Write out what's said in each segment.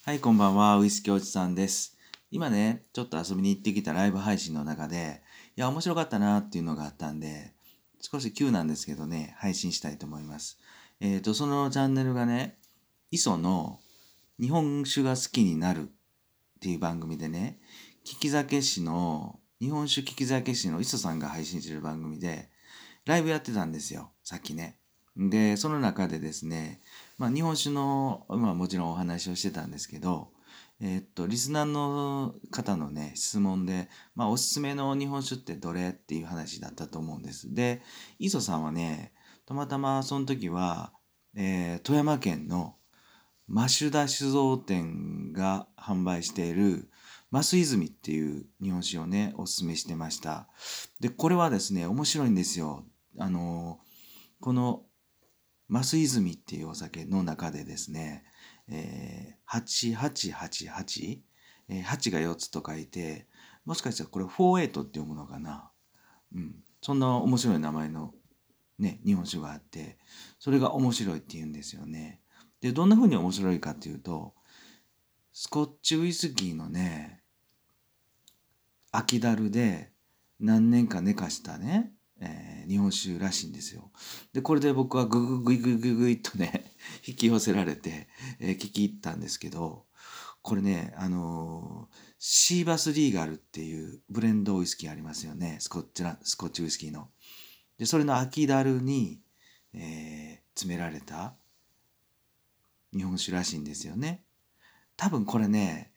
はい、こんばんは。ウイスキーおじさんです。今ね、ちょっと遊びに行ってきたライブ配信の中で、面白かったなっていうのがあったんで、少し急なんですけどね、配信したいと思います。そのチャンネルがね、磯の日本酒が好きになるっていう番組でね、日本酒利き酒師の磯さんが配信してる番組で、ライブやってたんですよ、さっきね。で、その中でですね、日本酒の、もちろんお話をしてたんですけど、リスナーの方のね、質問で、おすすめの日本酒ってどれっていう話だったと思うんです。で、磯さんはね、たまたまその時は、富山県の増田酒造店が販売している増泉っていう日本酒をね、おすすめしてました。で、これはですね、面白いんですよ。この増泉っていうお酒の中でですね、8888、8が4つと書いて、もしかしたらこれ48って読むのかな。うん。そんな面白い名前のね、日本酒があって、それが面白いって言うんですよね。で、どんな風に面白いかっていうと、スコッチウイスキーのね、秋樽で何年か寝かしたね、日本酒らしいんですよ。で、これで僕はグイグイグイグイとね、引き寄せられて、聞き入ったんですけど、これね、シーバスリーガルっていうブレンドウイスキーありますよね。スコッチウイスキーの。で、それの秋樽に、詰められた日本酒らしいんですよね。多分これね、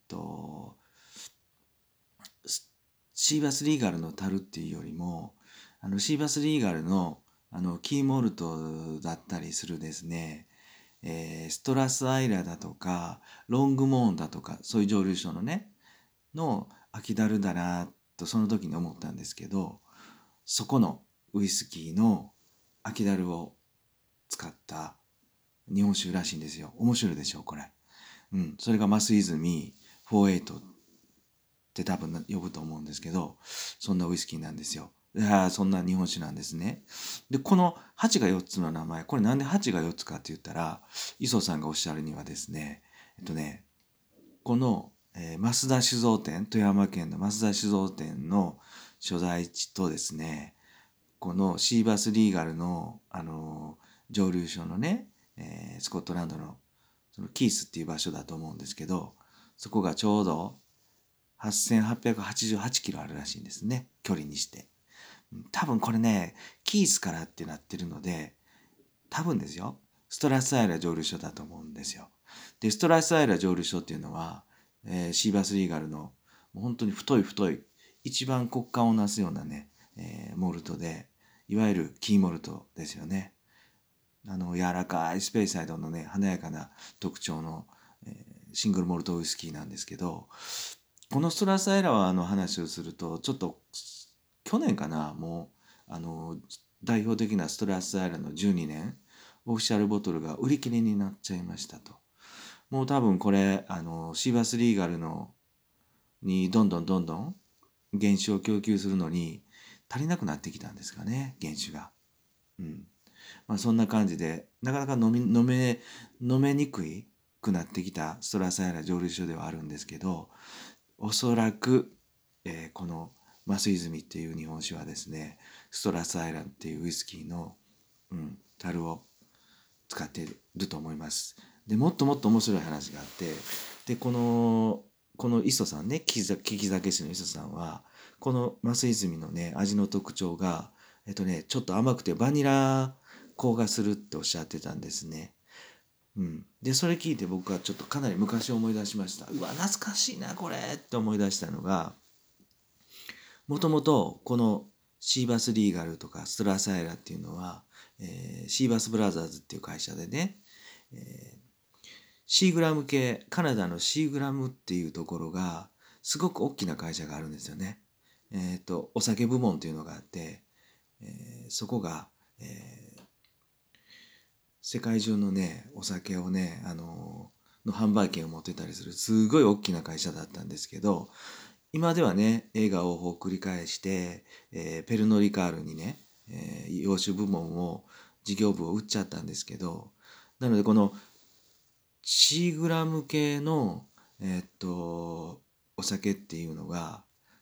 シーバスリーガルの樽っていうよりも、シーバスリーガルの、キーモルトだったりするですね、ストラスアイラだとか、ロングモーンだとか、そういう蒸留所のね、の秋樽だなとその時に思ったんですけど、そこのウイスキーの秋樽を使った日本酒らしいんですよ。面白いでしょ、これ。うん。それが増泉48って多分呼ぶと思うんですけど、そんなウイスキーなんですよ。そんな日本酒なんですね。で、この8が4つの名前、これなんで8が4つかって言ったら、磯さんがおっしゃるにはですね、この、増田酒造店、富山県の増田酒造店の所在地とですね、このシーバスリーガルの、蒸留所のね、スコットランドのそのキースっていう場所だと思うんですけど、そこがちょうど8888キロあるらしいんですね。距離にして。多分これね、キースからってなってるので、多分ですよ、ストラスアイラ蒸留所だと思うんですよ。で、ストラスアイラ蒸留所っていうのは、シーバスリーガルのもう本当に太い太い、一番骨幹をなすようなね、モルトで、いわゆるキーモルトですよね。柔らかいスペイサイドのね、華やかな特徴の、シングルモルトウイスキーなんですけど、このストラスアイラワーの話をすると、ちょっと去年かな、もう、代表的なストラスアイラの12年、オフィシャルボトルが売り切れになっちゃいましたと。もう多分これ、シーバスリーガルの、にどんどんどんどん原酒を供給するのに足りなくなってきたんですかね、原酒が。うん。そんな感じで、なかなか飲めにくいくなってきたストラスアイラ蒸留所ではあるんですけど、おそらく、この増泉っていう日本酒はですね、ストラスアイランっていうウイスキーの、樽を使っていると思います。で、もっともっと面白い話があって、で、この磯さんね、利き酒師の磯さんは、この増泉のね、味の特徴が、ちょっと甘くてバニラ香がするっておっしゃってたんですね。うん。で、それ聞いて僕はちょっとかなり昔思い出しました。うわ、懐かしいな、これって思い出したのが、もともとこのシーバスリーガルとかストラサイラっていうのは、シーバスブラザーズっていう会社でね、シーグラム系、カナダのシーグラムっていうところが、すごく大きな会社があるんですよね。お酒部門っていうのがあって、そこが、世界中のね、お酒をね、の販売権を持ってたりする、すごい大きな会社だったんですけど、今ではね、映画を繰り返して、ペルノ・リカールにね、洋酒部門を、事業部を売っちゃったんですけど、なのでこのシーグラム系の、お酒っていうのが、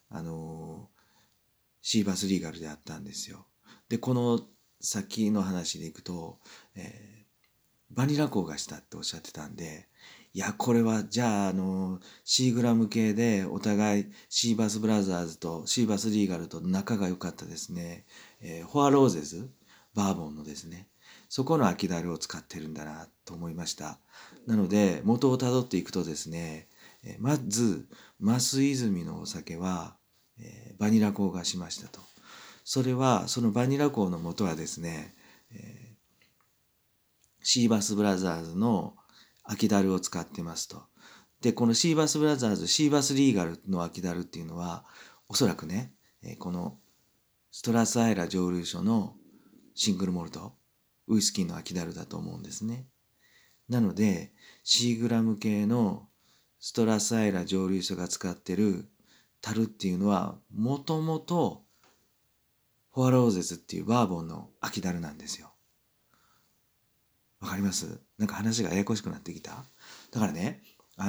シーバスリーガルであったんですよ。で、この先の話でいくと、バニラ香がしたっておっしゃってたんで、いや、これは、じゃあ、シーグラム系で、お互い、シーバスブラザーズと、シーバスリーガルと仲が良かったですね、フォアローゼズ、バーボンのですね、そこの秋樽を使ってるんだなと思いました。なので、元をたどっていくとですね、まず、増泉のお酒は、バニラ香がしましたと。それは、そのバニラ香の元はですね、シーバスブラザーズの秋樽を使ってますと。で、このシーバスブラザーズ、シーバスリーガルの秋樽っていうのは、おそらくね、このストラスアイラ蒸留所のシングルモルト、ウイスキーの秋樽だと思うんですね。なので、シーグラム系のストラスアイラ蒸留所が使ってる樽っていうのは、もともとフォアローゼズっていうバーボンの秋樽なんですよ。わかります？なんか話がややこしくなってきた。だからね、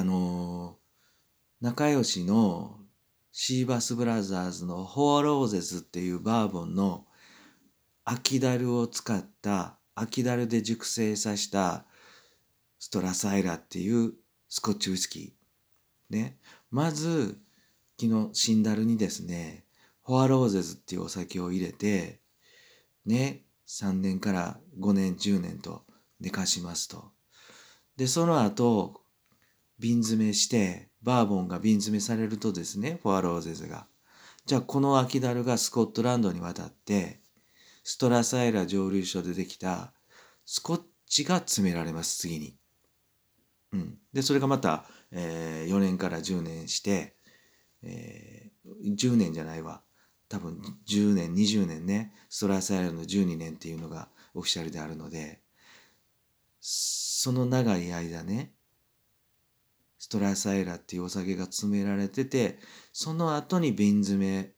仲良しのシーバスブラザーズのフォアローゼズっていうバーボンの秋樽を使った秋樽で熟成させたストラスアイラっていうスコッチウイスキー。ね。まず、昨日新樽にですね、フォアローゼズっていうお酒を入れて、ね、3年から5年、10年と寝かしますと。で、その後、瓶詰めして、バーボンが瓶詰めされるとですね、フォアローゼズが。じゃあ、この秋樽がスコットランドに渡って、ストラサイラ蒸留所でできたスコッチが詰められます、次に。で、それがまた、4年から10年して、10年じゃないわ。多分10年、20年ね、ストラサイラの12年っていうのがオフィシャルであるので、その長い間ね、ストラサイラっていうお酒が詰められてて、その後に瓶詰め、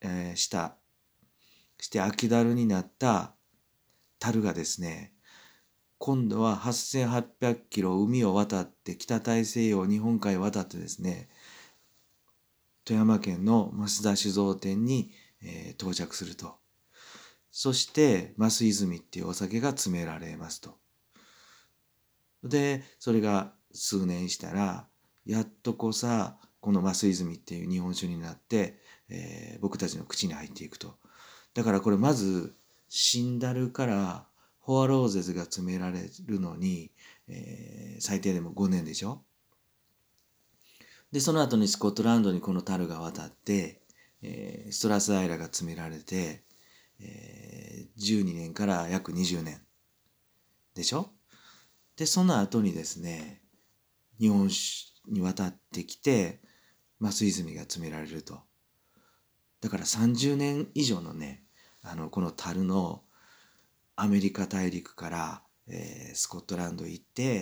して秋樽になった樽がですね、今度は8800キロ海を渡って北大西洋日本海を渡ってですね、富山県の増田酒造店に、到着すると。そして増泉っていうお酒が詰められますと。で、それが数年したら、やっとこさ、この増泉っていう日本酒になって、僕たちの口に入っていくと。だからこれまず、シンダルからフォアローゼズが詰められるのに、最低でも5年でしょ。で、その後にスコットランドにこの樽が渡って、ストラスアイラが詰められて、12年から約20年でしょ。で、その後にですね、日本酒に渡ってきて、増泉が詰められると。だから30年以上のね、この樽のアメリカ大陸から、スコットランド行って、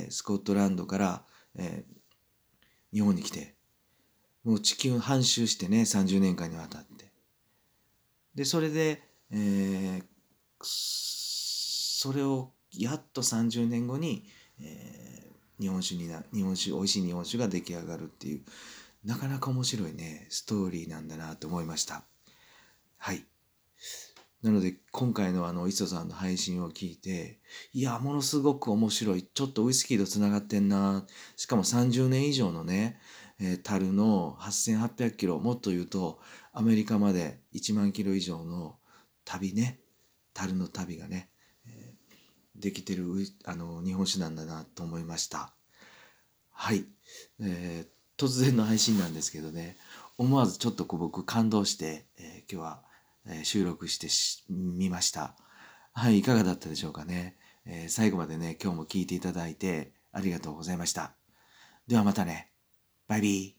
スコットランドから、日本に来て、もう地球半周してね、30年間にわたって。で、それで、それをやっと30年後に、日本酒、美味しい日本酒が出来上がるっていう、なかなか面白いね、ストーリーなんだなと思いました。はい。なので、今回の磯さんの配信を聞いて、いや、ものすごく面白い。ちょっとウイスキーとつながってんな。しかも30年以上のね、樽の8800キロ、もっと言うと、アメリカまで1万キロ以上の旅ね、樽の旅がね、できてる日本酒なんだなと思いました。はい。突然の配信なんですけどね、思わずちょっと僕感動して、今日は、収録してみました。はい、いかがだったでしょうかね。最後までね、今日も聞いていただいてありがとうございました。ではまたね。バイビー。